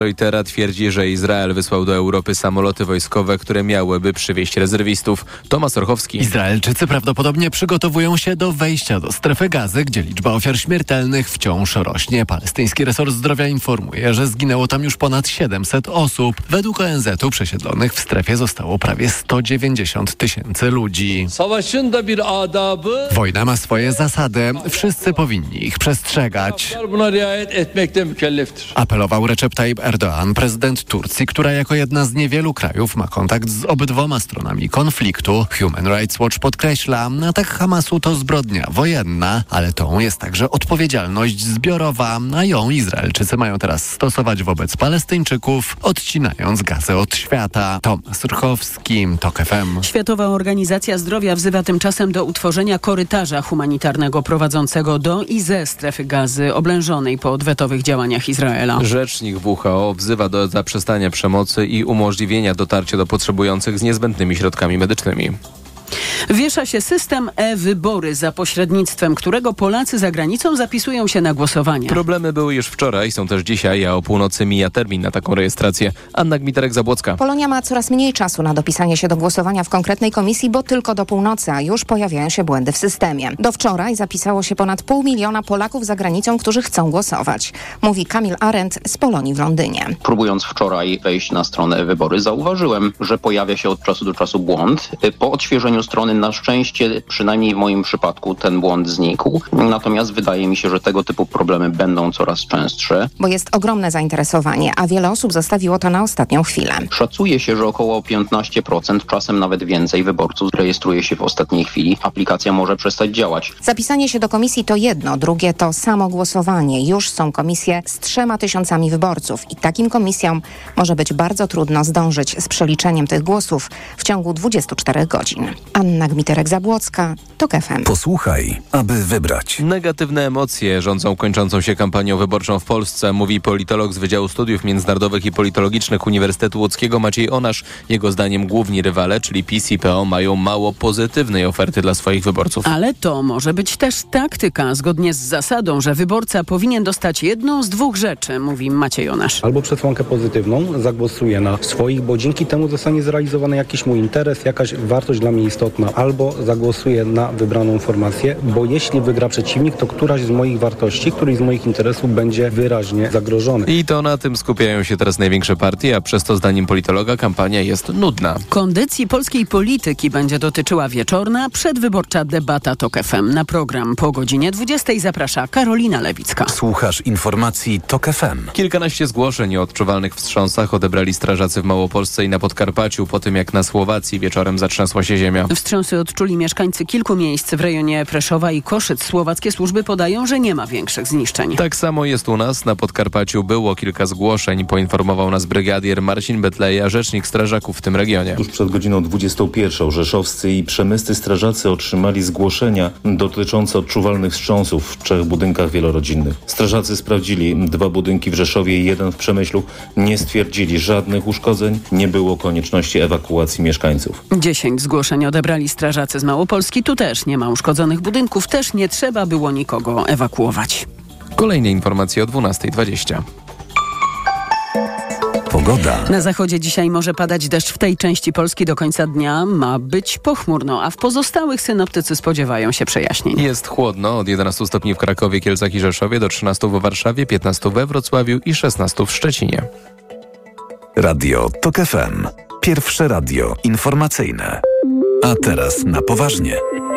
Reutera twierdzi, że Izrael wysłał do Europy samoloty wojskowe, które miałyby przywieźć rezerwistów. Tomasz Orchowski. Izraelczycy prawdopodobnie przygotowują się do wejścia do strefy Gazy, gdzie liczba ofiar śmiertelnych wciąż rośnie. Palestyński resort zdrowia informuje, że zginęło tam już ponad 700 osób. Według ONZ-u przesiedlonych w strefie zostało prawie 190 000 ludzi. Wojna ma swoje zasady. Wszyscy powinni ich przestrzegać. Apelował Recep Tayyip Erdoğan, prezydent Turcji, która jako jedna z niewielu krajów ma kontakt z obydwoma stronami konfliktu. Human Rights Watch podkreśla, atak Hamasu to zbrodnia wojenna, ale to jest także odpowiedzialność zbiorowa, a ją Izraelczycy mają teraz stosować wobec Palestyńczyków, odcinając Gazę od świata. Tomasz Orchowski, TOK FM. Światowa Organizacja Zdrowia wzywa tymczasem do utworzenia korytarza humanitarnego prowadzącego do i ze strefy Gazy oblężonej po odwetowych działaniach Izraela. Rzecznik WHO wzywa do zaprzestania przemocy i umożliwienia dotarcia do potrzebujących z niezbędnymi środkami medycznymi. Wiesza się system e-wybory, za pośrednictwem którego Polacy za granicą zapisują się na głosowanie. Problemy były już wczoraj, są też dzisiaj, a o północy mija termin na taką rejestrację. Anna Gmiterek-Zabłocka. Polonia ma coraz mniej czasu na dopisanie się do głosowania w konkretnej komisji, bo tylko do północy, a już pojawiają się błędy w systemie. Do wczoraj zapisało się ponad 500 000 Polaków za granicą, którzy chcą głosować. Mówi Kamil Arendt z Polonii w Londynie. Próbując wczoraj wejść na stronę e-wybory, zauważyłem, że pojawia się od czasu do czasu błąd. Po odświeżeniu strony na szczęście, przynajmniej w moim przypadku, ten błąd znikł. Natomiast wydaje mi się, że tego typu problemy będą coraz częstsze. Bo jest ogromne zainteresowanie, a wiele osób zostawiło to na ostatnią chwilę. Szacuje się, że około 15%, czasem nawet więcej wyborców rejestruje się w ostatniej chwili. Aplikacja może przestać działać. Zapisanie się do komisji to jedno, drugie to samo głosowanie. Już są komisje z 3000 wyborców i takim komisjom może być bardzo trudno zdążyć z przeliczeniem tych głosów w ciągu 24 godzin. Anna Gmiterek-Zabłocka, TOK FM. Posłuchaj, aby wybrać. Negatywne emocje rządzą kończącą się kampanią wyborczą w Polsce, mówi politolog z Wydziału Studiów Międzynarodowych i Politologicznych Uniwersytetu Łódzkiego Maciej Onasz. Jego zdaniem główni rywale, czyli PiS i PO, mają mało pozytywnej oferty dla swoich wyborców. Ale to może być też taktyka, zgodnie z zasadą, że wyborca powinien dostać jedną z dwóch rzeczy, mówi Maciej Onasz. Albo przesłankę pozytywną, zagłosuję na swoich, bo dzięki temu zostanie zrealizowany jakiś mój interes, jakaś wartość dla mnie istotna, albo zagłosuję na wybraną formację, bo jeśli wygra przeciwnik, to któraś z moich wartości, któryś z moich interesów będzie wyraźnie zagrożony. I to na tym skupiają się teraz największe partie, a przez to zdaniem politologa kampania jest nudna. Kondycji polskiej polityki będzie dotyczyła wieczorna, przedwyborcza debata TOK FM. Na program po godzinie 20 zaprasza Karolina Lewicka. Słuchasz informacji TOK FM. Kilkanaście zgłoszeń o odczuwalnych wstrząsach odebrali strażacy w Małopolsce i na Podkarpaciu po tym, jak na Słowacji wieczorem zatrzęsła się ziemia. Wstrząsy odczuli mieszkańcy kilku miejsc w rejonie Preszowa i Koszyc. Słowackie służby podają, że nie ma większych zniszczeń. Tak samo jest u nas. Na Podkarpaciu było kilka zgłoszeń, poinformował nas brygadier Marcin Betleja, rzecznik strażaków w tym regionie. Tuż przed godziną 21 rzeszowscy i przemyscy strażacy otrzymali zgłoszenia dotyczące odczuwalnych wstrząsów w 3 budynkach wielorodzinnych. Strażacy sprawdzili 2 budynki w Rzeszowie i 1 w Przemyślu. Nie stwierdzili żadnych uszkodzeń, nie było konieczności ewakuacji mieszkańców. 10 zgłoszeń odebrali strażacy z Małopolski. Tu też nie ma uszkodzonych budynków, też nie trzeba było nikogo ewakuować. Kolejne informacje o 12:20. Pogoda. Na zachodzie dzisiaj może padać deszcz, w tej części Polski do końca dnia ma być pochmurno, a w pozostałych synoptycy spodziewają się przejaśnień. Jest chłodno, od 11 stopni w Krakowie, Kielcach i Rzeszowie do 13 w Warszawie, 15 we Wrocławiu i 16 w Szczecinie. Radio TOK FM. Pierwsze radio informacyjne. A teraz na poważnie.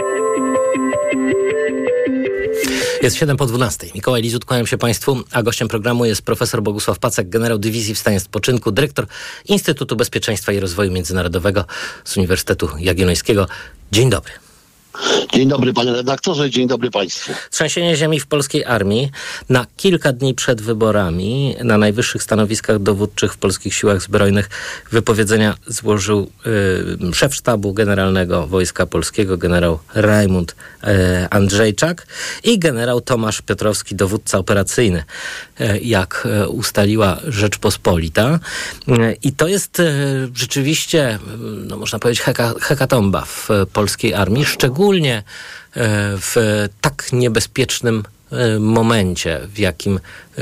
Jest 7:12. Mikołaj Lizut, kłaniam się Państwu, a gościem programu jest profesor Bogusław Pacek, generał dywizji w stanie spoczynku, dyrektor Instytutu Bezpieczeństwa i Rozwoju Międzynarodowego z Uniwersytetu Jagiellońskiego. Dzień dobry. Dzień dobry panie redaktorze, dzień dobry państwu. Trzęsienie ziemi w polskiej armii. Na kilka dni przed wyborami na najwyższych stanowiskach dowódczych w polskich siłach zbrojnych wypowiedzenia złożył szef sztabu generalnego Wojska Polskiego, generał Rajmund Andrzejczak i generał Tomasz Piotrowski, dowódca operacyjny, jak ustaliła Rzeczpospolita. I to jest rzeczywiście, no można powiedzieć, hekatomba w polskiej armii, szczególnie w tak niebezpiecznym momencie, w jakim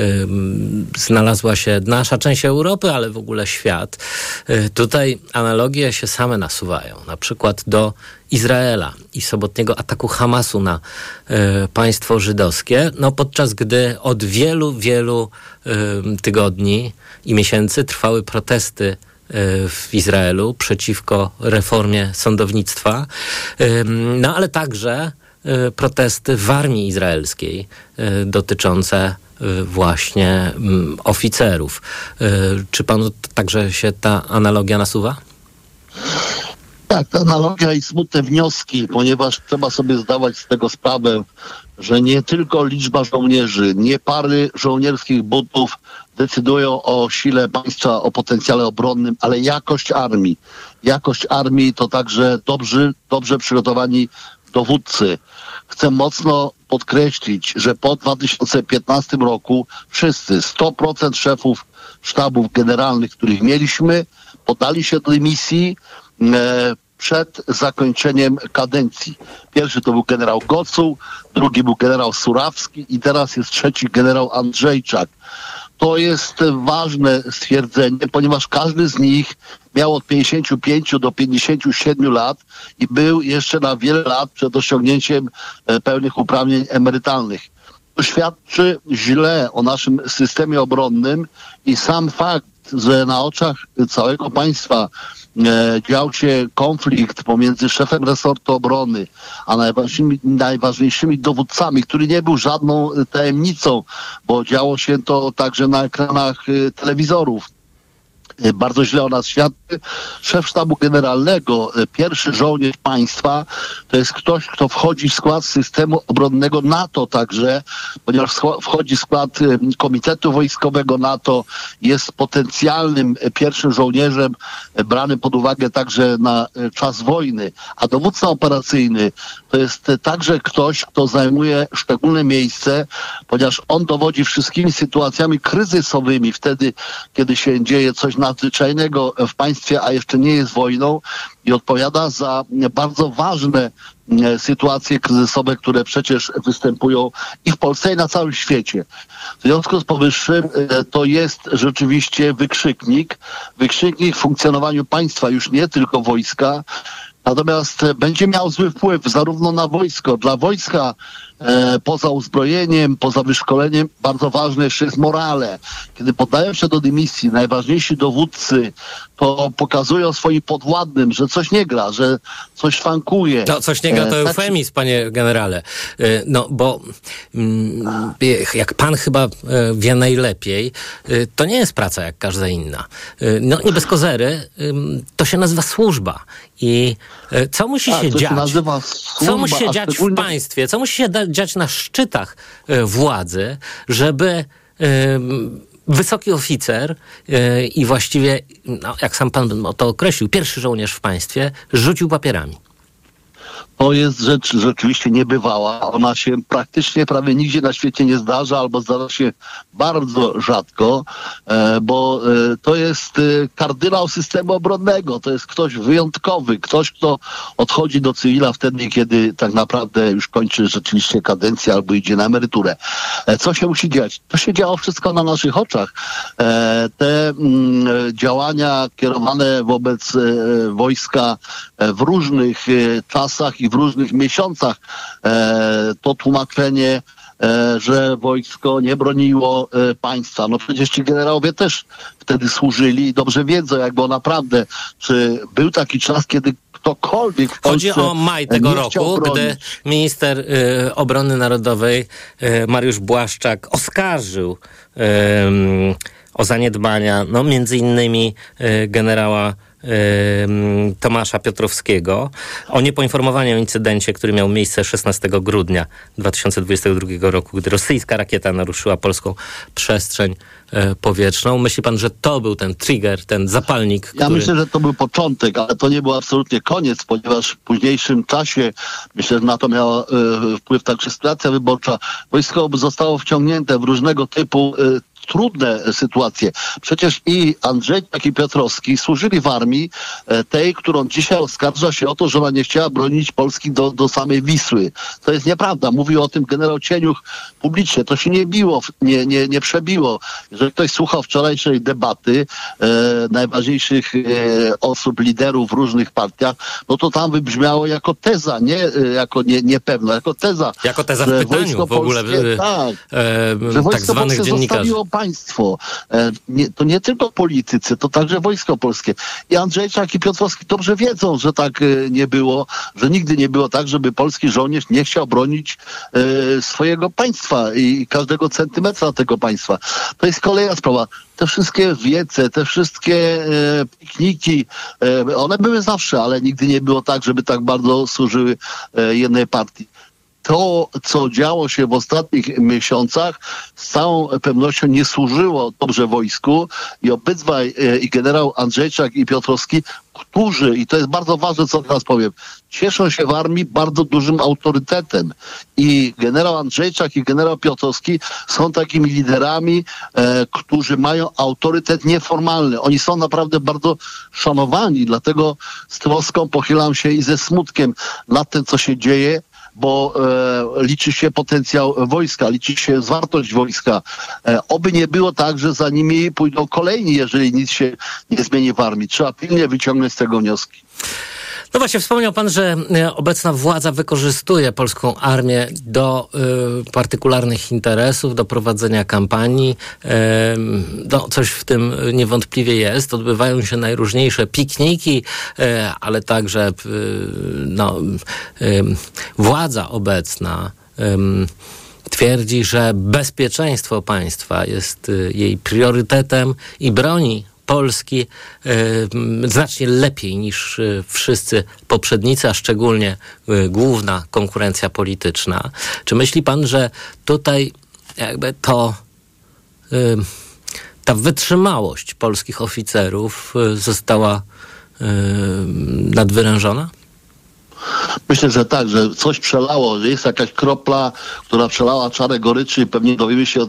znalazła się nasza część Europy, ale w ogóle świat, tutaj analogie się same nasuwają. Na przykład do Izraela i sobotniego ataku Hamasu na państwo żydowskie, podczas gdy od wielu tygodni i miesięcy trwały protesty w Izraelu przeciwko reformie sądownictwa, ale także protesty w armii izraelskiej dotyczące właśnie oficerów. Czy panu także się ta analogia nasuwa? Tak, analogia i smutne wnioski, ponieważ trzeba sobie zdawać z tego sprawę, że nie tylko liczba żołnierzy, nie pary żołnierskich butów decydują o sile państwa, o potencjale obronnym, ale jakość armii. Jakość armii to także dobrze przygotowani dowódcy. Chcę mocno podkreślić, że po 2015 roku wszyscy, 100% szefów sztabów generalnych, których mieliśmy, podali się do dymisji przed zakończeniem kadencji. Pierwszy to był generał Gocuł, drugi był generał Surawski i teraz jest trzeci generał Andrzejczak. To jest ważne stwierdzenie, ponieważ każdy z nich miał od 55 do 57 lat i był jeszcze na wiele lat przed osiągnięciem pełnych uprawnień emerytalnych. To świadczy źle o naszym systemie obronnym i sam fakt, że na oczach całego państwa dział się konflikt pomiędzy szefem resortu obrony a najważniejszymi dowódcami, który nie był żadną tajemnicą, bo działo się to także na ekranach telewizorów. Bardzo źle o nas świadczy. Szef sztabu generalnego, pierwszy żołnierz państwa, to jest ktoś, kto wchodzi w skład systemu obronnego NATO także, ponieważ wchodzi w skład Komitetu Wojskowego NATO, jest potencjalnym pierwszym żołnierzem branym pod uwagę także na czas wojny. A dowódca operacyjny to jest także ktoś, kto zajmuje szczególne miejsce, ponieważ on dowodzi wszystkimi sytuacjami kryzysowymi, wtedy, kiedy się dzieje coś nadzwyczajnego w państwie, a jeszcze nie jest wojną, i odpowiada za bardzo ważne sytuacje kryzysowe, które przecież występują i w Polsce, i na całym świecie. W związku z powyższym to jest rzeczywiście wykrzyknik w funkcjonowaniu państwa, już nie tylko wojska, natomiast będzie miał zły wpływ zarówno na wojsko. Dla wojska poza uzbrojeniem, poza wyszkoleniem bardzo ważne jeszcze jest morale. Kiedy poddają się do dymisji najważniejsi dowódcy, to pokazują swoim podwładnym, że coś nie gra, że coś szwankuje. To coś nie gra, to eufemizm, panie generale. Bo jak pan chyba wie najlepiej, to nie jest praca jak każda inna. Nie bez kozery, to się nazywa służba. I co musi się dziać? Co musi się dziać w państwie? Co musi się dziać na szczytach władzy, żeby wysoki oficer i właściwie, jak sam pan to określił, pierwszy żołnierz w państwie, rzucił papierami? To jest rzecz rzeczywiście niebywała. Ona się praktycznie prawie nigdzie na świecie nie zdarza, albo zdarza się bardzo rzadko, bo to jest kardynał systemu obronnego. To jest ktoś wyjątkowy, ktoś, kto odchodzi do cywila wtedy, kiedy tak naprawdę już kończy rzeczywiście kadencję albo idzie na emeryturę. Co się musi dziać? To się działo wszystko na naszych oczach. Te działania kierowane wobec wojska w różnych czasach i w różnych miesiącach, to tłumaczenie, że wojsko nie broniło państwa. Przecież ci generałowie też wtedy służyli i dobrze wiedzą, jak było naprawdę. Czy był taki czas, kiedy ktokolwiek w Polsce Chodzi o maj tego roku, gdy minister obrony narodowej Mariusz Błaszczak oskarżył o zaniedbania, między innymi generała Tomasza Piotrowskiego o niepoinformowanie o incydencie, który miał miejsce 16 grudnia 2022 roku, gdy rosyjska rakieta naruszyła polską przestrzeń powietrzną. Myśli pan, że to był ten trigger, ten zapalnik, który... Ja myślę, że to był początek, ale to nie był absolutnie koniec, ponieważ w późniejszym czasie, myślę, że na to miała wpływ także sytuacja wyborcza. Wojsko zostało wciągnięte w różnego typu trudne sytuacje. Przecież i Andrzejczak, i Piotrowski służyli w armii tej, którą dzisiaj oskarża się o to, że ona nie chciała bronić Polski do samej Wisły. To jest nieprawda. Mówił o tym generał Cieniuch publicznie. To się nie przebiło. Jeżeli ktoś słuchał wczorajszej debaty najważniejszych osób, liderów w różnych partiach, no to tam wybrzmiało jako teza, nie jako niepewna, jako teza. Jako teza w pytaniu w ogóle że tak zwanych dziennikarzy. Zostawiło państwo. To nie tylko politycy, to także Wojsko Polskie. I Andrzejczak, i Piotrowski dobrze wiedzą, że tak nie było, że nigdy nie było tak, żeby polski żołnierz nie chciał bronić swojego państwa i każdego centymetra tego państwa. To jest kolejna sprawa. Te wszystkie wiece, te wszystkie pikniki, one były zawsze, ale nigdy nie było tak, żeby tak bardzo służyły jednej partii. To, co działo się w ostatnich miesiącach, z całą pewnością nie służyło dobrze wojsku i obydwaj, i generał Andrzejczak, i Piotrowski, którzy, i to jest bardzo ważne, co teraz powiem, cieszą się w armii bardzo dużym autorytetem. I generał Andrzejczak, i generał Piotrowski są takimi liderami, którzy mają autorytet nieformalny. Oni są naprawdę bardzo szanowani, dlatego z troską pochylam się i ze smutkiem nad tym, co się dzieje, bo liczy się potencjał wojska, liczy się zwartość wojska. Oby nie było tak, że za nimi pójdą kolejni, jeżeli nic się nie zmieni w armii. Trzeba pilnie wyciągnąć z tego wnioski. No właśnie, wspomniał pan, że obecna władza wykorzystuje polską armię do partykularnych interesów, do prowadzenia kampanii. No, coś w tym niewątpliwie jest. Odbywają się najróżniejsze pikniki, ale także władza obecna twierdzi, że bezpieczeństwo państwa jest jej priorytetem i broni Polski znacznie lepiej niż wszyscy poprzednicy, a szczególnie główna konkurencja polityczna. Czy myśli pan, że tutaj jakby ta wytrzymałość polskich oficerów została nadwyrężona? Myślę, że tak, że coś przelało, że jest jakaś kropla, która przelała czarę goryczy i pewnie dowiemy się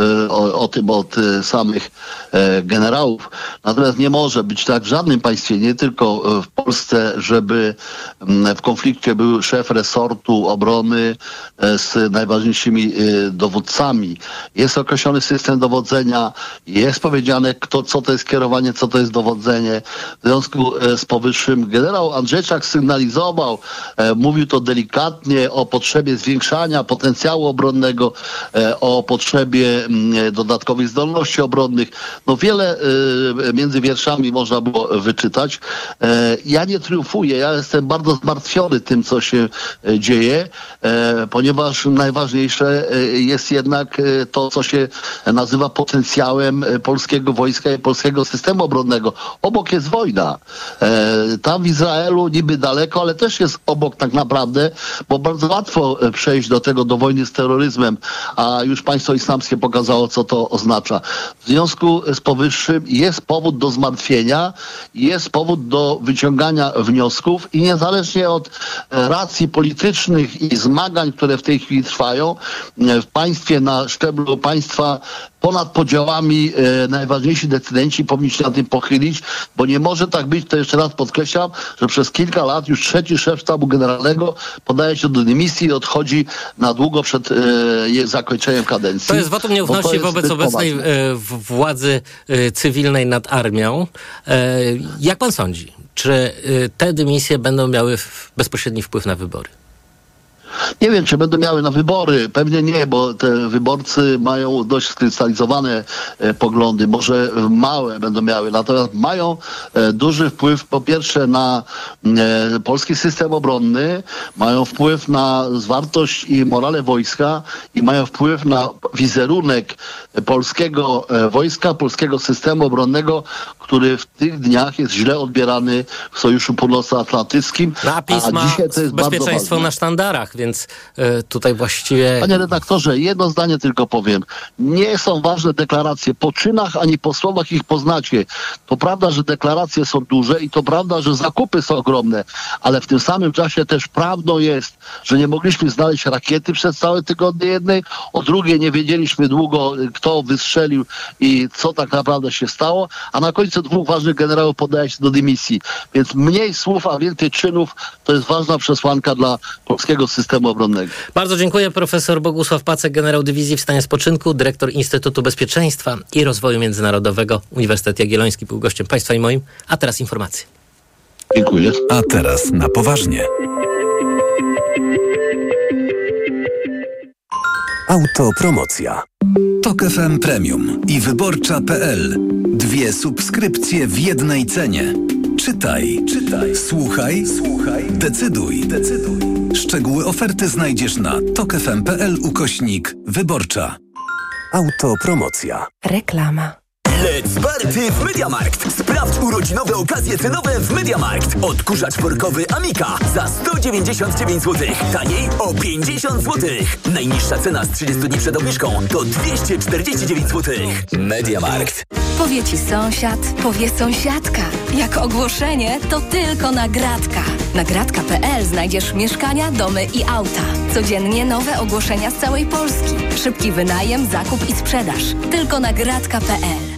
o tym od samych generałów. Natomiast nie może być tak w żadnym państwie, nie tylko w Polsce, żeby w konflikcie był szef resortu obrony z najważniejszymi dowódcami. Jest określony system dowodzenia, jest powiedziane, co to jest kierowanie, co to jest dowodzenie. W związku z powyższym generał Andrzejczak sygnalizował, mówił to delikatnie o potrzebie zwiększania potencjału obronnego, o potrzebie dodatkowych zdolności obronnych. No wiele między wierszami można było wyczytać. Ja nie triumfuję, ja jestem bardzo zmartwiony tym, co się dzieje, ponieważ najważniejsze jest jednak to, co się nazywa potencjałem polskiego wojska i polskiego systemu obronnego. Obok jest wojna. Tam w Izraelu niby daleko, ale też jest obok tak naprawdę, bo bardzo łatwo przejść do wojny z terroryzmem, a już państwo islamskie pokazało, co to oznacza. W związku z powyższym jest powód do zmartwienia, jest powód do wyciągania wniosków i niezależnie od racji politycznych i zmagań, które w tej chwili trwają w państwie, na szczeblu państwa, ponad podziałami najważniejsi decydenci powinni się na tym pochylić, bo nie może tak być, to jeszcze raz podkreślam, że przez kilka lat już trzeci szef sztabu generalnego podaje się do dymisji i odchodzi na długo przed zakończeniem kadencji. To jest wotum nieufności wobec obecnej władzy cywilnej nad armią. Jak pan sądzi, czy te dymisje będą miały bezpośredni wpływ na wybory? Nie wiem, czy będą miały na wybory. Pewnie nie, bo te wyborcy mają dość skrystalizowane poglądy. Może małe będą miały. Natomiast mają duży wpływ po pierwsze na polski system obronny, mają wpływ na zwartość i morale wojska i mają wpływ na wizerunek polskiego wojska, polskiego systemu obronnego, który w tych dniach jest źle odbierany w Sojuszu Północnoatlantyckim. Napis ma bezpieczeństwo na sztandarach, więc tutaj właściwie... Panie redaktorze, jedno zdanie tylko powiem. Nie są ważne deklaracje po czynach, ani po słowach ich poznacie. To prawda, że deklaracje są duże i to prawda, że zakupy są ogromne, ale w tym samym czasie też prawdą jest, że nie mogliśmy znaleźć rakiety przez całe tygodnie jednej, o drugiej nie wiedzieliśmy długo, kto wystrzelił i co tak naprawdę się stało, a na końcu 2 ważnych generałów podaje się do dymisji. Więc mniej słów, a więcej czynów to jest ważna przesłanka dla polskiego systemu obronnego. Bardzo dziękuję. Profesor Bogusław Pacek, generał dywizji w stanie spoczynku, dyrektor Instytutu Bezpieczeństwa i Rozwoju Międzynarodowego Uniwersytet Jagielloński był gościem państwa i moim. A teraz informacje. Dziękuję. A teraz na poważnie. Autopromocja. TOK FM Premium i Wyborcza.pl. 2 subskrypcje w jednej cenie. Czytaj, słuchaj, decyduj. Szczegóły oferty znajdziesz na tokfm.pl/wyborcza. Autopromocja. Reklama. Let's party w MediaMarkt. Sprawdź urodzinowe okazje cenowe w MediaMarkt. Odkurzacz workowy Amika za 199 zł. Taniej o 50 zł. Najniższa cena z 30 dni przed obniżką to 249 zł. MediaMarkt. Powie ci sąsiad, powie sąsiadka. Jak ogłoszenie, to tylko nagradka. Nagradka.pl znajdziesz mieszkania, domy i auta. Codziennie nowe ogłoszenia z całej Polski. Szybki wynajem, zakup i sprzedaż. Tylko nagradka.pl.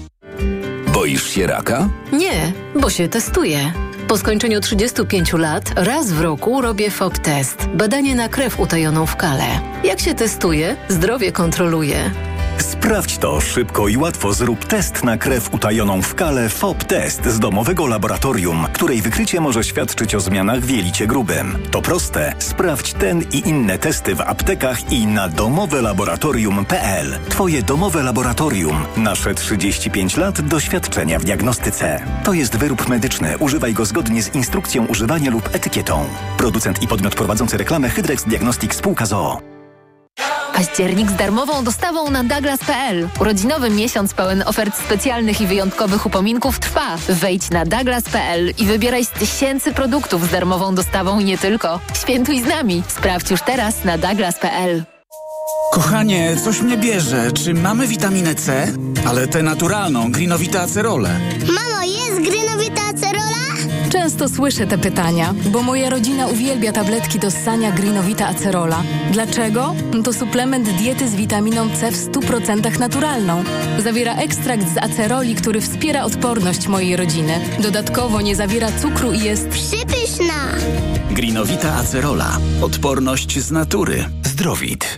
Boisz się raka? Nie, bo się testuję. Po skończeniu 35 lat raz w roku robię FOB test. Badanie na krew utajoną w kale. Jak się testuję, zdrowie kontroluję. Sprawdź to szybko i łatwo. Zrób test na krew utajoną w kale FOB test z domowego laboratorium, której wykrycie może świadczyć o zmianach w jelicie grubym. To proste. Sprawdź ten i inne testy w aptekach i na domowelaboratorium.pl. Twoje domowe laboratorium. Nasze 35 lat doświadczenia w diagnostyce. To jest wyrób medyczny. Używaj go zgodnie z instrukcją używania lub etykietą. Producent i podmiot prowadzący reklamę Hydrex Diagnostics Spółka z o.o. Październik z darmową dostawą na Douglas.pl. Urodzinowy miesiąc pełen ofert specjalnych i wyjątkowych upominków trwa. Wejdź na Douglas.pl i wybieraj z tysięcy produktów z darmową dostawą i nie tylko. Świętuj z nami. Sprawdź już teraz na Douglas.pl. Kochanie, coś mnie bierze. Czy mamy witaminę C? Ale tę naturalną, Greenovita Acerolę. Mamo, jest Greenovita Acerola? Często słyszę te pytania, bo moja rodzina uwielbia tabletki do ssania Greenovita Acerola. Dlaczego? To suplement diety z witaminą C w 100% naturalną. Zawiera ekstrakt z aceroli, który wspiera odporność mojej rodziny. Dodatkowo nie zawiera cukru i jest przypyszna. Greenovita Acerola. Odporność z natury. Zdrowit.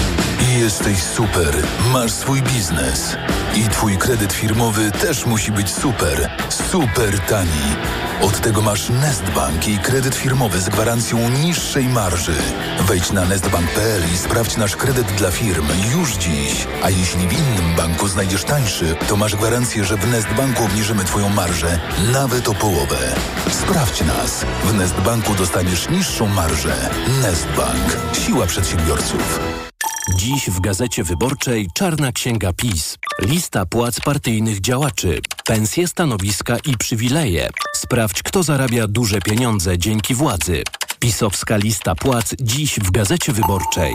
Jesteś super, masz swój biznes i twój kredyt firmowy też musi być super, super tani. Od tego masz Nestbank i kredyt firmowy z gwarancją niższej marży. Wejdź na nestbank.pl i sprawdź nasz kredyt dla firm już dziś. A jeśli w innym banku znajdziesz tańszy, to masz gwarancję, że w Nestbanku obniżymy twoją marżę nawet o połowę. Sprawdź nas. W Nestbanku dostaniesz niższą marżę. Nestbank. Siła przedsiębiorców. Dziś w Gazecie Wyborczej Czarna Księga PiS. Lista płac partyjnych działaczy, pensje, stanowiska i przywileje. Sprawdź, kto zarabia duże pieniądze dzięki władzy. PiS-owska lista płac dziś w Gazecie Wyborczej.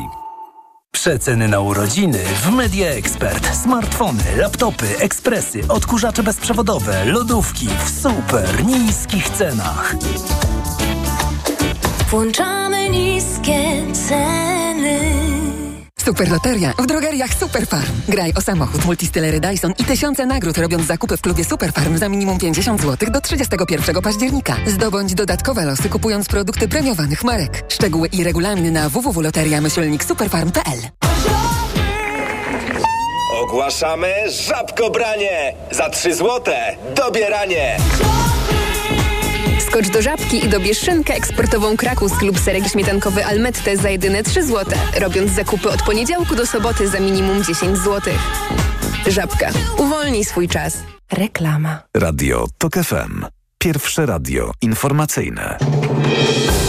Przeceny na urodziny w Media Expert. Smartfony, laptopy, ekspresy, odkurzacze bezprzewodowe, lodówki w super niskich cenach. Włączamy niskie ceny. Superloteria w drogeriach Superfarm. Graj o samochód, multistylery Dyson i tysiące nagród, robiąc zakupy w klubie Superfarm za minimum 50 zł do 31 października. Zdobądź dodatkowe losy, kupując produkty premiowanych marek. Szczegóły i regulamin na www.loteria-superfarm.pl. Ogłaszamy żabkobranie! Za 3 zł dobieranie! Skocz do Żabki i dobierz szynkę eksportową Krakus lub serek śmietankowy Almette za jedyne 3 zł. Robiąc zakupy od poniedziałku do soboty za minimum 10 zł. Żabka. Uwolnij swój czas. Reklama. Radio TOK FM. Pierwsze radio informacyjne.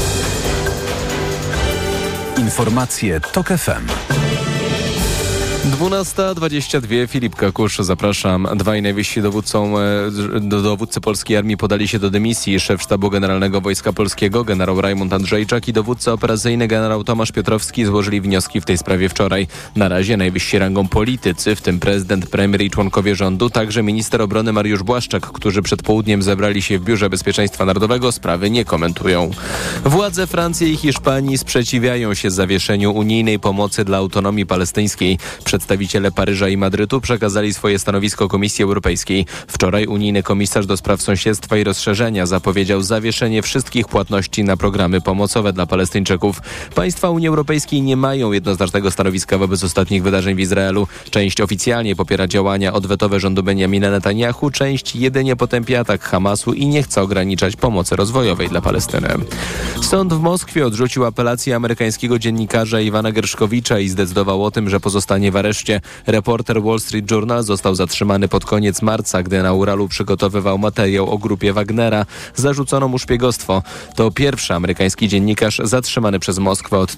Informacje TOK FM. 12:22, Filip Kakusz, zapraszam. Dwaj najwyżsi dowódcy polskiej armii podali się do dymisji. Szef Sztabu Generalnego Wojska Polskiego, generał Rajmund Andrzejczak i dowódca operacyjny, generał Tomasz Piotrowski złożyli wnioski w tej sprawie wczoraj. Na razie najwyżsi rangą politycy, w tym prezydent, premier i członkowie rządu, także minister obrony Mariusz Błaszczak, którzy przed południem zebrali się w Biurze Bezpieczeństwa Narodowego, sprawy nie komentują. Władze Francji i Hiszpanii sprzeciwiają się zawieszeniu unijnej pomocy dla autonomii palestyńskiej. Przedstawiciele Paryża i Madrytu przekazali swoje stanowisko Komisji Europejskiej. Wczoraj unijny komisarz do spraw sąsiedztwa i rozszerzenia zapowiedział zawieszenie wszystkich płatności na programy pomocowe dla Palestyńczyków. Państwa Unii Europejskiej nie mają jednoznacznego stanowiska wobec ostatnich wydarzeń w Izraelu. Część oficjalnie popiera działania odwetowe rządu Benjamina Netanyahu, część jedynie potępia atak Hamasu i nie chce ograniczać pomocy rozwojowej dla Palestyny. Sąd w Moskwie odrzucił apelację amerykańskiego dziennikarza Iwana Gerszkowicza i zdecydował o tym, że pozostanie w areszcie. Reporter Wall Street Journal został zatrzymany pod koniec marca, gdy na Uralu przygotowywał materiał o grupie Wagnera. Zarzucono mu szpiegostwo. To pierwszy amerykański dziennikarz zatrzymany przez Moskwę od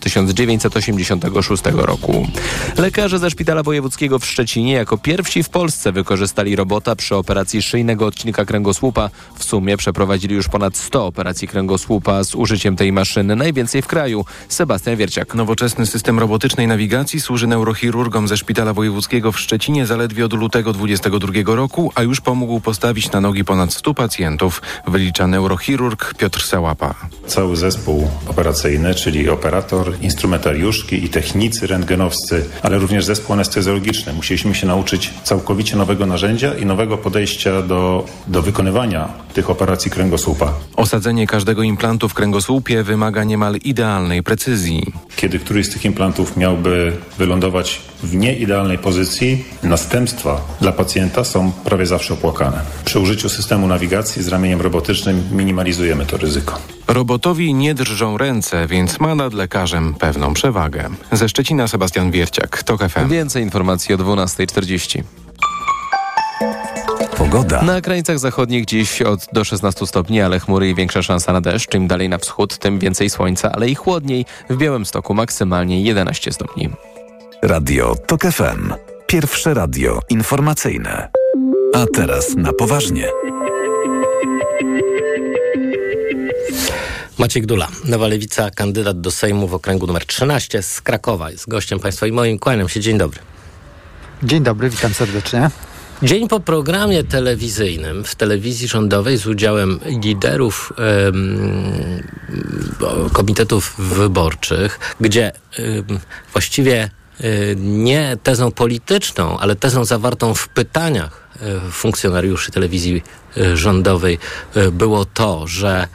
1986 roku. Lekarze ze Szpitala Wojewódzkiego w Szczecinie jako pierwsi w Polsce wykorzystali robota przy operacji szyjnego odcinka kręgosłupa. W sumie przeprowadzili już ponad 100 operacji kręgosłupa z użyciem tej maszyny, najwięcej w kraju. Sebastian Wierciak. Nowoczesny system robotycznej nawigacji służy neurochirurgom ze Szpitala Wojewódzkiego w Szczecinie zaledwie od lutego 2022 roku, a już pomógł postawić na nogi ponad 100 pacjentów, wylicza neurochirurg Piotr Sałapa. Cały zespół operacyjny, czyli operator, instrumentariuszki i technicy rentgenowscy, ale również zespół anestezjologiczny. Musieliśmy się nauczyć całkowicie nowego narzędzia i nowego podejścia do wykonywania tych operacji kręgosłupa. Osadzenie każdego implantu w kręgosłupie wymaga niemal idealnej precyzji. Kiedy któryś z tych implantów miałby wylądować w nieidealnej pozycji, następstwa dla pacjenta są prawie zawsze opłakane. Przy użyciu systemu nawigacji z ramieniem robotycznym minimalizujemy to ryzyko. Robotowi nie drżą ręce, więc ma nad lekarzem pewną przewagę. Ze Szczecina Sebastian Wierciak, TOK FM. Więcej informacji o 12:40. Pogoda. Na krańcach zachodnich dziś do 16 stopni, ale chmury i większa szansa na deszcz. Im dalej na wschód, tym więcej słońca, ale i chłodniej. W Białymstoku maksymalnie 11 stopni. Radio TOK FM. Pierwsze radio informacyjne. A teraz na poważnie. Maciej Gdula, Nowa Lewica, kandydat do Sejmu w okręgu numer 13 z Krakowa. Jest gościem państwa i moim. Kłaniam się. Dzień dobry. Dzień dobry, witam serdecznie. Dzień po programie telewizyjnym w telewizji rządowej z udziałem liderów komitetów wyborczych, gdzie właściwie nie tezą polityczną, ale tezą zawartą w pytaniach funkcjonariuszy telewizji rządowej było to, że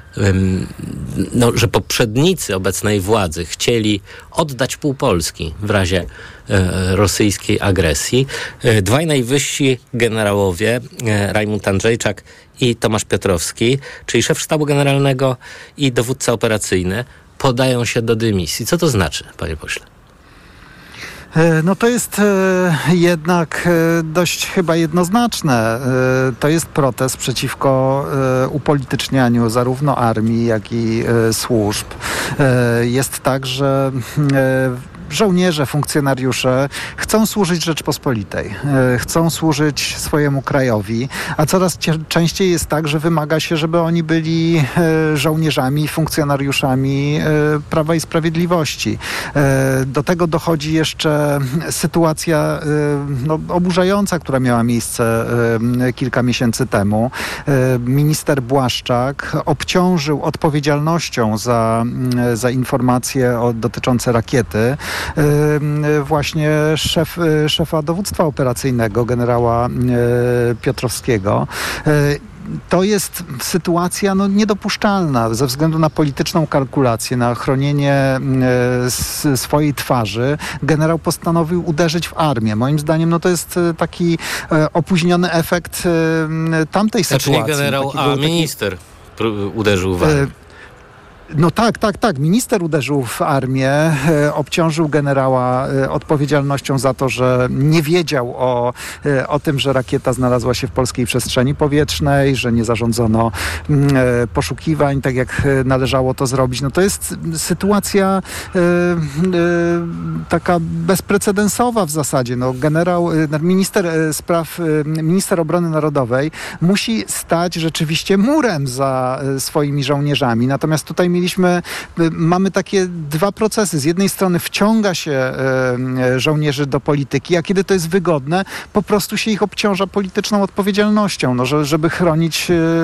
poprzednicy obecnej władzy chcieli oddać pół Polski w razie rosyjskiej agresji. Dwaj najwyżsi generałowie, Rajmund Andrzejczak i Tomasz Piotrowski, czyli szef Sztabu Generalnego i dowódca operacyjny, podają się do dymisji. Co to znaczy, panie pośle? No to jest jednak dość chyba jednoznaczne. To jest protest przeciwko upolitycznianiu zarówno armii, jak i służb. Jest tak, że żołnierze, funkcjonariusze chcą służyć Rzeczpospolitej, chcą służyć swojemu krajowi, a coraz częściej jest tak, że wymaga się, żeby oni byli żołnierzami, funkcjonariuszami Prawa i Sprawiedliwości. Do tego dochodzi jeszcze sytuacja oburzająca, która miała miejsce kilka miesięcy temu. Minister Błaszczak obciążył odpowiedzialnością za informacje dotyczące rakiety właśnie szefa dowództwa operacyjnego, generała Piotrowskiego. To jest sytuacja niedopuszczalna ze względu na polityczną kalkulację, na chronienie swojej twarzy. Generał postanowił uderzyć w armię. Moim zdaniem to jest taki opóźniony efekt tamtej sytuacji. Znaczy nie generał, a minister uderzył w armię. No tak. Minister uderzył w armię, obciążył generała odpowiedzialnością za to, że nie wiedział o tym, że rakieta znalazła się w polskiej przestrzeni powietrznej, że nie zarządzono poszukiwań, tak jak należało to zrobić. No to jest sytuacja taka bezprecedensowa w zasadzie. No, minister obrony narodowej musi stać rzeczywiście murem za swoimi żołnierzami. Natomiast tutaj mamy takie dwa procesy. Z jednej strony wciąga się żołnierzy do polityki, a kiedy to jest wygodne, po prostu się ich obciąża polityczną odpowiedzialnością, no, żeby chronić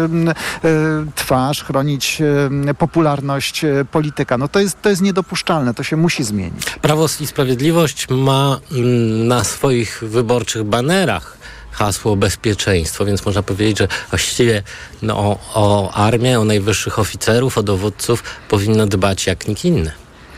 twarz, chronić popularność polityka. No to jest niedopuszczalne, to się musi zmienić. Prawo i Sprawiedliwość ma na swoich wyborczych banerach hasło bezpieczeństwo, więc można powiedzieć, że właściwie o armię, o najwyższych oficerów, o dowódców powinno dbać jak nikt inny.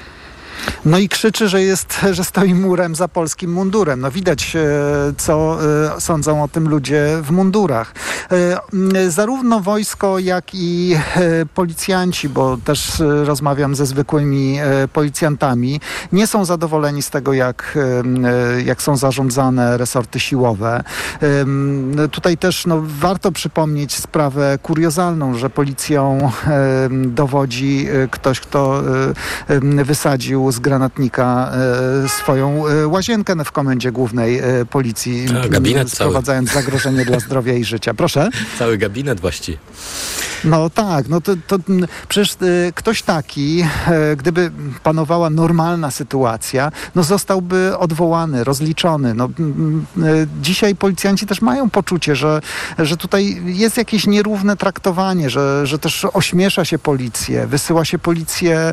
No i krzyczy, że stoi murem za polskim mundurem. No widać, co sądzą o tym ludzie w mundurach. Zarówno wojsko, jak i policjanci, bo też rozmawiam ze zwykłymi policjantami, nie są zadowoleni z tego, jak są zarządzane resorty siłowe. Tutaj też warto przypomnieć sprawę kuriozalną, że policją dowodzi ktoś, kto wysadził z granatnika swoją łazienkę w Komendzie Głównej Policji, sprowadzając zagrożenie dla zdrowia i życia. Proszę? Cały gabinet właściwie. No tak, no to przecież ktoś taki, gdyby panowała normalna sytuacja, no zostałby odwołany, rozliczony. No, dzisiaj policjanci też mają poczucie, że tutaj jest jakieś nierówne traktowanie, że też ośmiesza się policję, wysyła się policję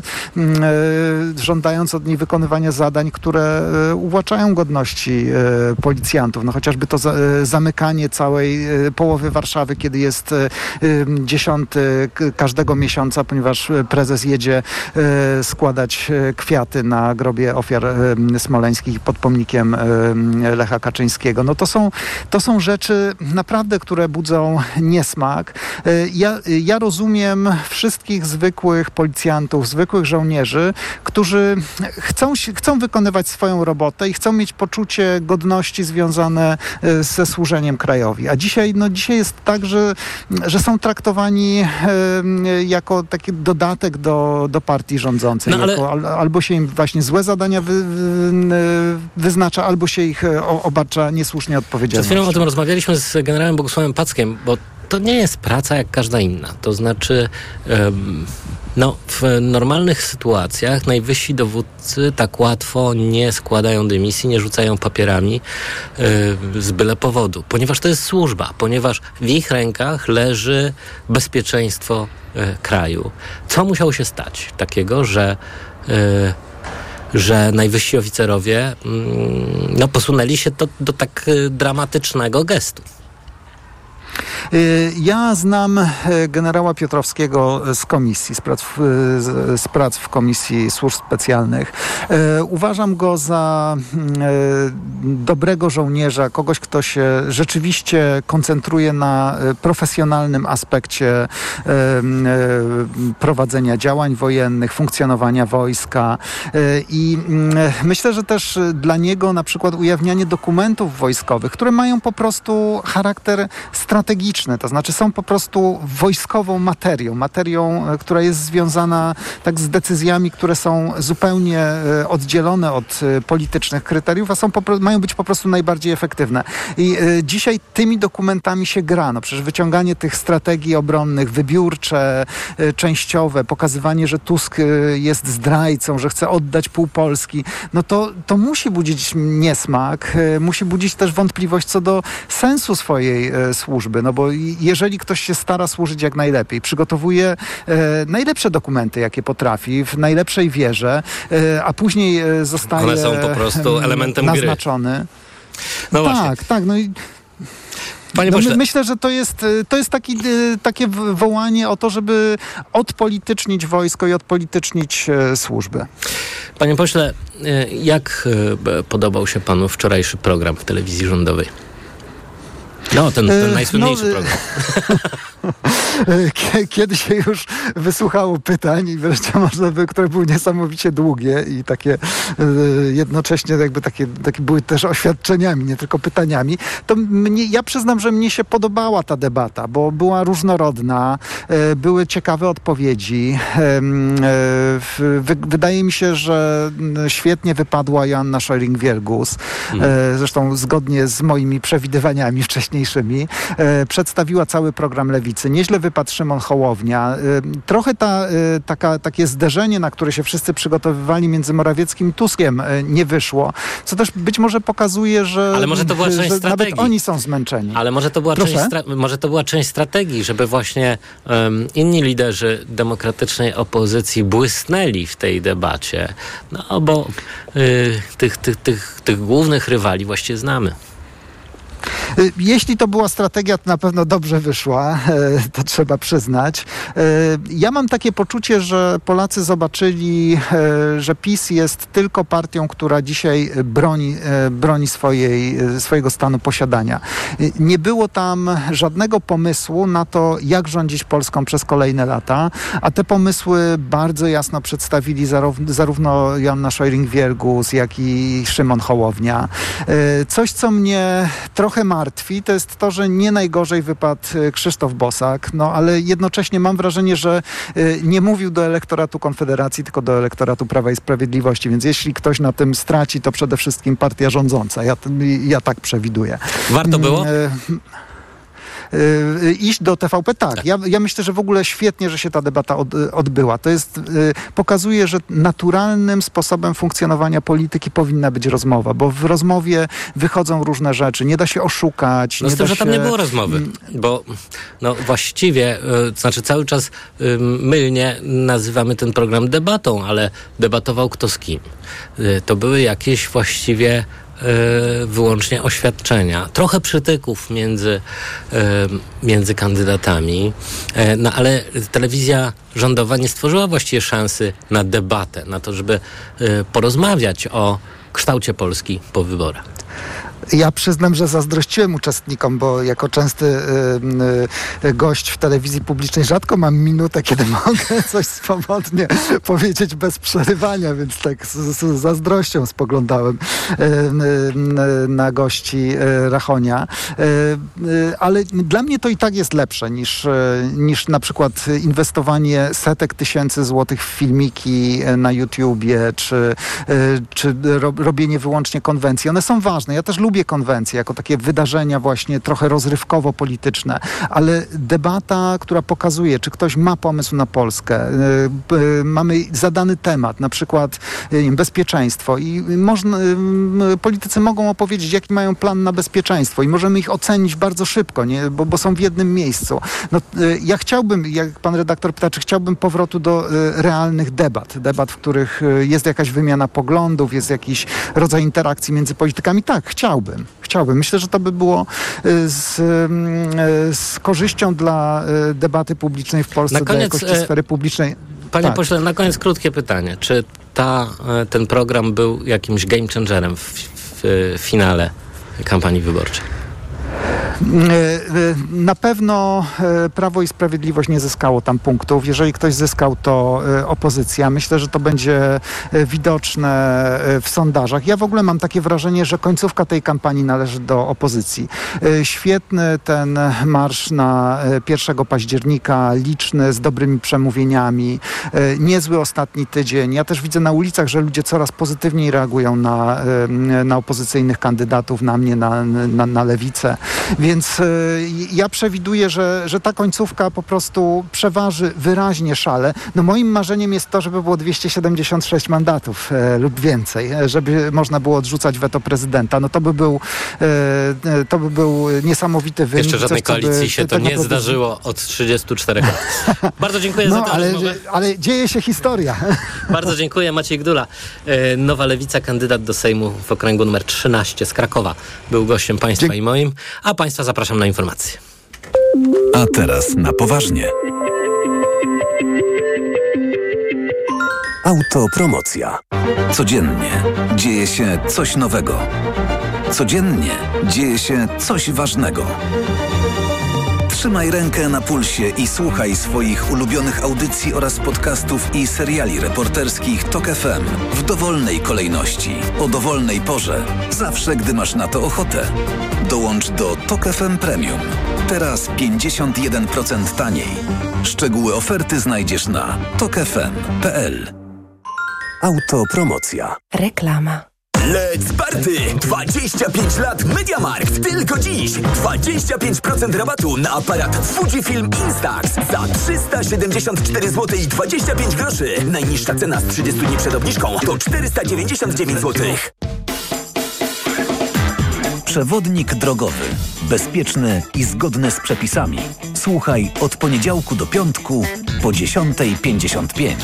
żądając od niej wykonywania zadań, które uwłaczają godności policjantów. No chociażby to zamykanie całej połowy Warszawy, kiedy jest 10 każdego miesiąca, ponieważ prezes jedzie składać kwiaty na grobie ofiar smoleńskich pod pomnikiem Lecha Kaczyńskiego. No to są rzeczy naprawdę, które budzą niesmak. Ja rozumiem wszystkich zwykłych policjantów, zwykłych żołnierzy, którzy chcą wykonywać swoją robotę i chcą mieć poczucie godności związane ze służeniem krajowi. A dzisiaj jest tak, że są traktowani jako taki dodatek do partii rządzącej. No, ale albo się im właśnie złe zadania wyznacza, albo się ich obarcza niesłusznie odpowiedzialnością. Przed chwilą o tym rozmawialiśmy z generałem Bogusławem Packiem, bo to nie jest praca jak każda inna. To znaczy w normalnych sytuacjach najwyżsi dowódcy tak łatwo nie składają dymisji, nie rzucają papierami z byle powodu, ponieważ to jest służba, ponieważ w ich rękach leży bezpieczeństwo kraju. Co musiało się stać takiego, że najwyżsi oficerowie posunęli się do tak dramatycznego gestu? Ja znam generała Piotrowskiego z komisji, z prac w Komisji Służb Specjalnych. Uważam go za dobrego żołnierza, kogoś, kto się rzeczywiście koncentruje na profesjonalnym aspekcie prowadzenia działań wojennych, funkcjonowania wojska i myślę, że też dla niego na przykład ujawnianie dokumentów wojskowych, które mają po prostu charakter strategiczny, to znaczy są po prostu wojskową materią, która jest związana tak z decyzjami, które są zupełnie oddzielone od politycznych kryteriów, a mają być po prostu najbardziej efektywne. I dzisiaj tymi dokumentami się gra. No przecież wyciąganie tych strategii obronnych, wybiórcze, częściowe, pokazywanie, że Tusk jest zdrajcą, że chce oddać pół Polski, no to musi budzić niesmak, musi budzić też wątpliwość co do sensu swojej służby, no bo jeżeli ktoś się stara służyć jak najlepiej, przygotowuje najlepsze dokumenty, jakie potrafi, w najlepszej wierze, a później zostaje one są po prostu elementem naznaczony. Gry. No właśnie. Tak. No i myślę, że to jest takie wołanie o to, żeby odpolitycznić wojsko i odpolitycznić służbę. Panie pośle, jak podobał się panu wczorajszy program w telewizji rządowej? No, ten najsłynniejszy program. Kiedy się już wysłuchało pytań i wreszcie można by, które były niesamowicie długie i takie jednocześnie jakby takie były też oświadczeniami, nie tylko pytaniami, to ja przyznam, że mnie się podobała ta debata, bo była różnorodna, były ciekawe odpowiedzi. Wydaje mi się, że świetnie wypadła Joanna Scheuring-Wielgus, zresztą zgodnie z moimi przewidywaniami wcześniejszymi, przedstawiła cały program Lewicy. Nieźle wypadł Szymon Hołownia. Trochę takie zderzenie, na które się wszyscy przygotowywali między Morawieckim i Tuskiem, nie wyszło, co też być może pokazuje, że, ale może to była część że strategii. nawet oni są zmęczeni. Ale może to była część strategii, żeby właśnie inni liderzy demokratycznej opozycji błysnęli w tej debacie. No bo tych głównych rywali właściwie znamy. Jeśli to była strategia, to na pewno dobrze wyszła, to trzeba przyznać. Ja mam takie poczucie, że Polacy zobaczyli, że PiS jest tylko partią, która dzisiaj broni swojego stanu posiadania. Nie było tam żadnego pomysłu na to, jak rządzić Polską przez kolejne lata, a te pomysły bardzo jasno przedstawili zarówno Joanna Scheuring-Wielgus, jak i Szymon Hołownia. Coś, co mnie trochę martwi, to jest to, że nie najgorzej wypadł Krzysztof Bosak, ale jednocześnie mam wrażenie, że nie mówił do elektoratu Konfederacji, tylko do elektoratu Prawa i Sprawiedliwości, więc jeśli ktoś na tym straci, to przede wszystkim partia rządząca. Ja tak przewiduję. Warto było? Iść do TVP, tak. Ja myślę, że w ogóle świetnie, że się ta debata odbyła. To pokazuje, że naturalnym sposobem funkcjonowania polityki powinna być rozmowa, bo w rozmowie wychodzą różne rzeczy. Nie da się oszukać. Z tym, że tam nie było rozmowy, bo właściwie, cały czas mylnie nazywamy ten program debatą, ale debatował kto z kim. To były jakieś właściwie wyłącznie oświadczenia. Trochę przytyków między kandydatami, ale telewizja rządowa nie stworzyła właściwie szansy na debatę, na to, żeby porozmawiać o kształcie Polski po wyborach. Ja przyznam, że zazdrościłem uczestnikom, bo jako częsty gość w telewizji publicznej rzadko mam minutę, kiedy mogę coś swobodnie powiedzieć bez przerywania, więc tak z zazdrością spoglądałem na gości Rachonia. Ale dla mnie to i tak jest lepsze niż na przykład inwestowanie setek tysięcy złotych w filmiki na YouTubie, czy robienie wyłącznie konwencji. One są ważne. Ja też lubię konwencje jako takie wydarzenia właśnie trochę rozrywkowo-polityczne, ale debata, która pokazuje, czy ktoś ma pomysł na Polskę, mamy zadany temat, na przykład bezpieczeństwo i politycy mogą opowiedzieć, jaki mają plan na bezpieczeństwo i możemy ich ocenić bardzo szybko, bo są w jednym miejscu. Ja chciałbym, jak pan redaktor pyta, czy chciałbym powrotu do realnych debat, w których jest jakaś wymiana poglądów, jest jakiś rodzaj interakcji między politykami. Tak, chciałbym. Myślę, że to by było z korzyścią dla debaty publicznej w Polsce, dla jakości sfery publicznej. Panie pośle, na koniec krótkie pytanie. Czy ten program był jakimś game changerem w finale kampanii wyborczej? Na pewno Prawo i Sprawiedliwość nie zyskało tam punktów. Jeżeli ktoś zyskał, to opozycja. Myślę, że to będzie widoczne w sondażach. Ja w ogóle mam takie wrażenie, że końcówka tej kampanii należy do opozycji. Świetny ten marsz na 1 października, liczny, z dobrymi przemówieniami. Niezły ostatni tydzień. Ja też widzę na ulicach, że ludzie coraz pozytywniej reagują na opozycyjnych kandydatów, na mnie, na lewicę. Więc ja przewiduję, że ta końcówka po prostu przeważy wyraźnie szale. Moim marzeniem jest to, żeby było 276 mandatów lub więcej, żeby można było odrzucać weto prezydenta. To by był niesamowity wynik. Jeszcze żadnej koalicji się to nie zdarzyło od 34 lat. Bardzo dziękuję za tę rozmowę. Ale dzieje się historia. Bardzo dziękuję. Maciej Gdula, Nowa Lewica, kandydat do Sejmu w okręgu numer 13 z Krakowa. Był gościem państwa i moim, a państwa zapraszam na informacje. A teraz na poważnie. Autopromocja. Codziennie dzieje się coś nowego. Codziennie dzieje się coś ważnego. Trzymaj rękę na pulsie i słuchaj swoich ulubionych audycji oraz podcastów i seriali reporterskich TOK FM w dowolnej kolejności, o dowolnej porze, zawsze gdy masz na to ochotę. Dołącz do TOK FM Premium. Teraz 51% taniej. Szczegóły oferty znajdziesz na tokfm.pl. Autopromocja. Reklama. Let's Party! 25 lat MediaMarkt. Tylko dziś 25% rabatu na aparat Fujifilm Instax za 374 zł i 25 groszy. Najniższa cena z 30 dni przed obniżką to 499 zł. Przewodnik drogowy. Bezpieczny i zgodny z przepisami. Słuchaj od poniedziałku do piątku po 10:55.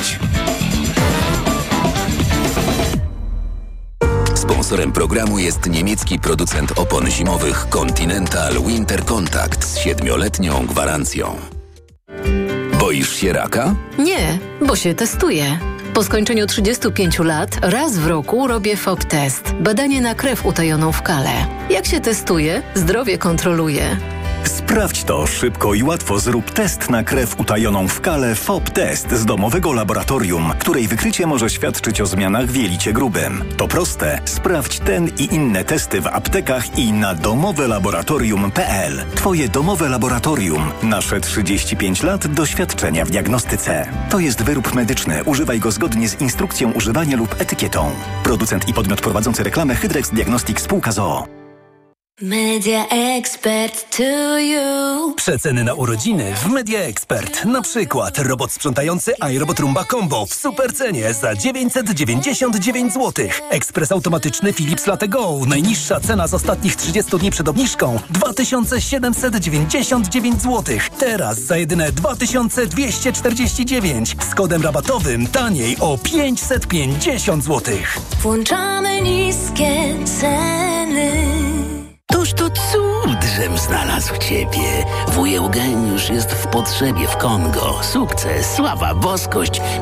Sponsorem programu jest niemiecki producent opon zimowych Continental Winter Contact z 7-letnią gwarancją. Boisz się raka? Nie, bo się testuję. Po skończeniu 35 lat raz w roku robię FOB test. Badanie na krew utajoną w kale. Jak się testuje, zdrowie kontroluje. Sprawdź to szybko i łatwo. Zrób test na krew utajoną w kale FOB test z domowego laboratorium, której wykrycie może świadczyć o zmianach w jelicie grubym. To proste. Sprawdź ten i inne testy w aptekach i na domowelaboratorium.pl. Twoje domowe laboratorium. Nasze 35 lat doświadczenia w diagnostyce. To jest wyrób medyczny. Używaj go zgodnie z instrukcją używania lub etykietą. Producent i podmiot prowadzący reklamę Hydrex Diagnostic Spółka z o.o. Media Expert to you. Przeceny na urodziny w Media Expert. Na przykład robot sprzątający iRobot Roomba Combo w supercenie za 999 zł. Ekspres automatyczny Philips Latte Go. Najniższa cena z ostatnich 30 dni przed obniżką 2799 zł. Teraz za jedyne 2249. Z kodem rabatowym taniej o 550 zł. Włączamy niskie ceny. Toż to cud, żem znalazł ciebie. Wuj Eugeniusz jest w potrzebie w Kongo. Sukces, sława, boskość.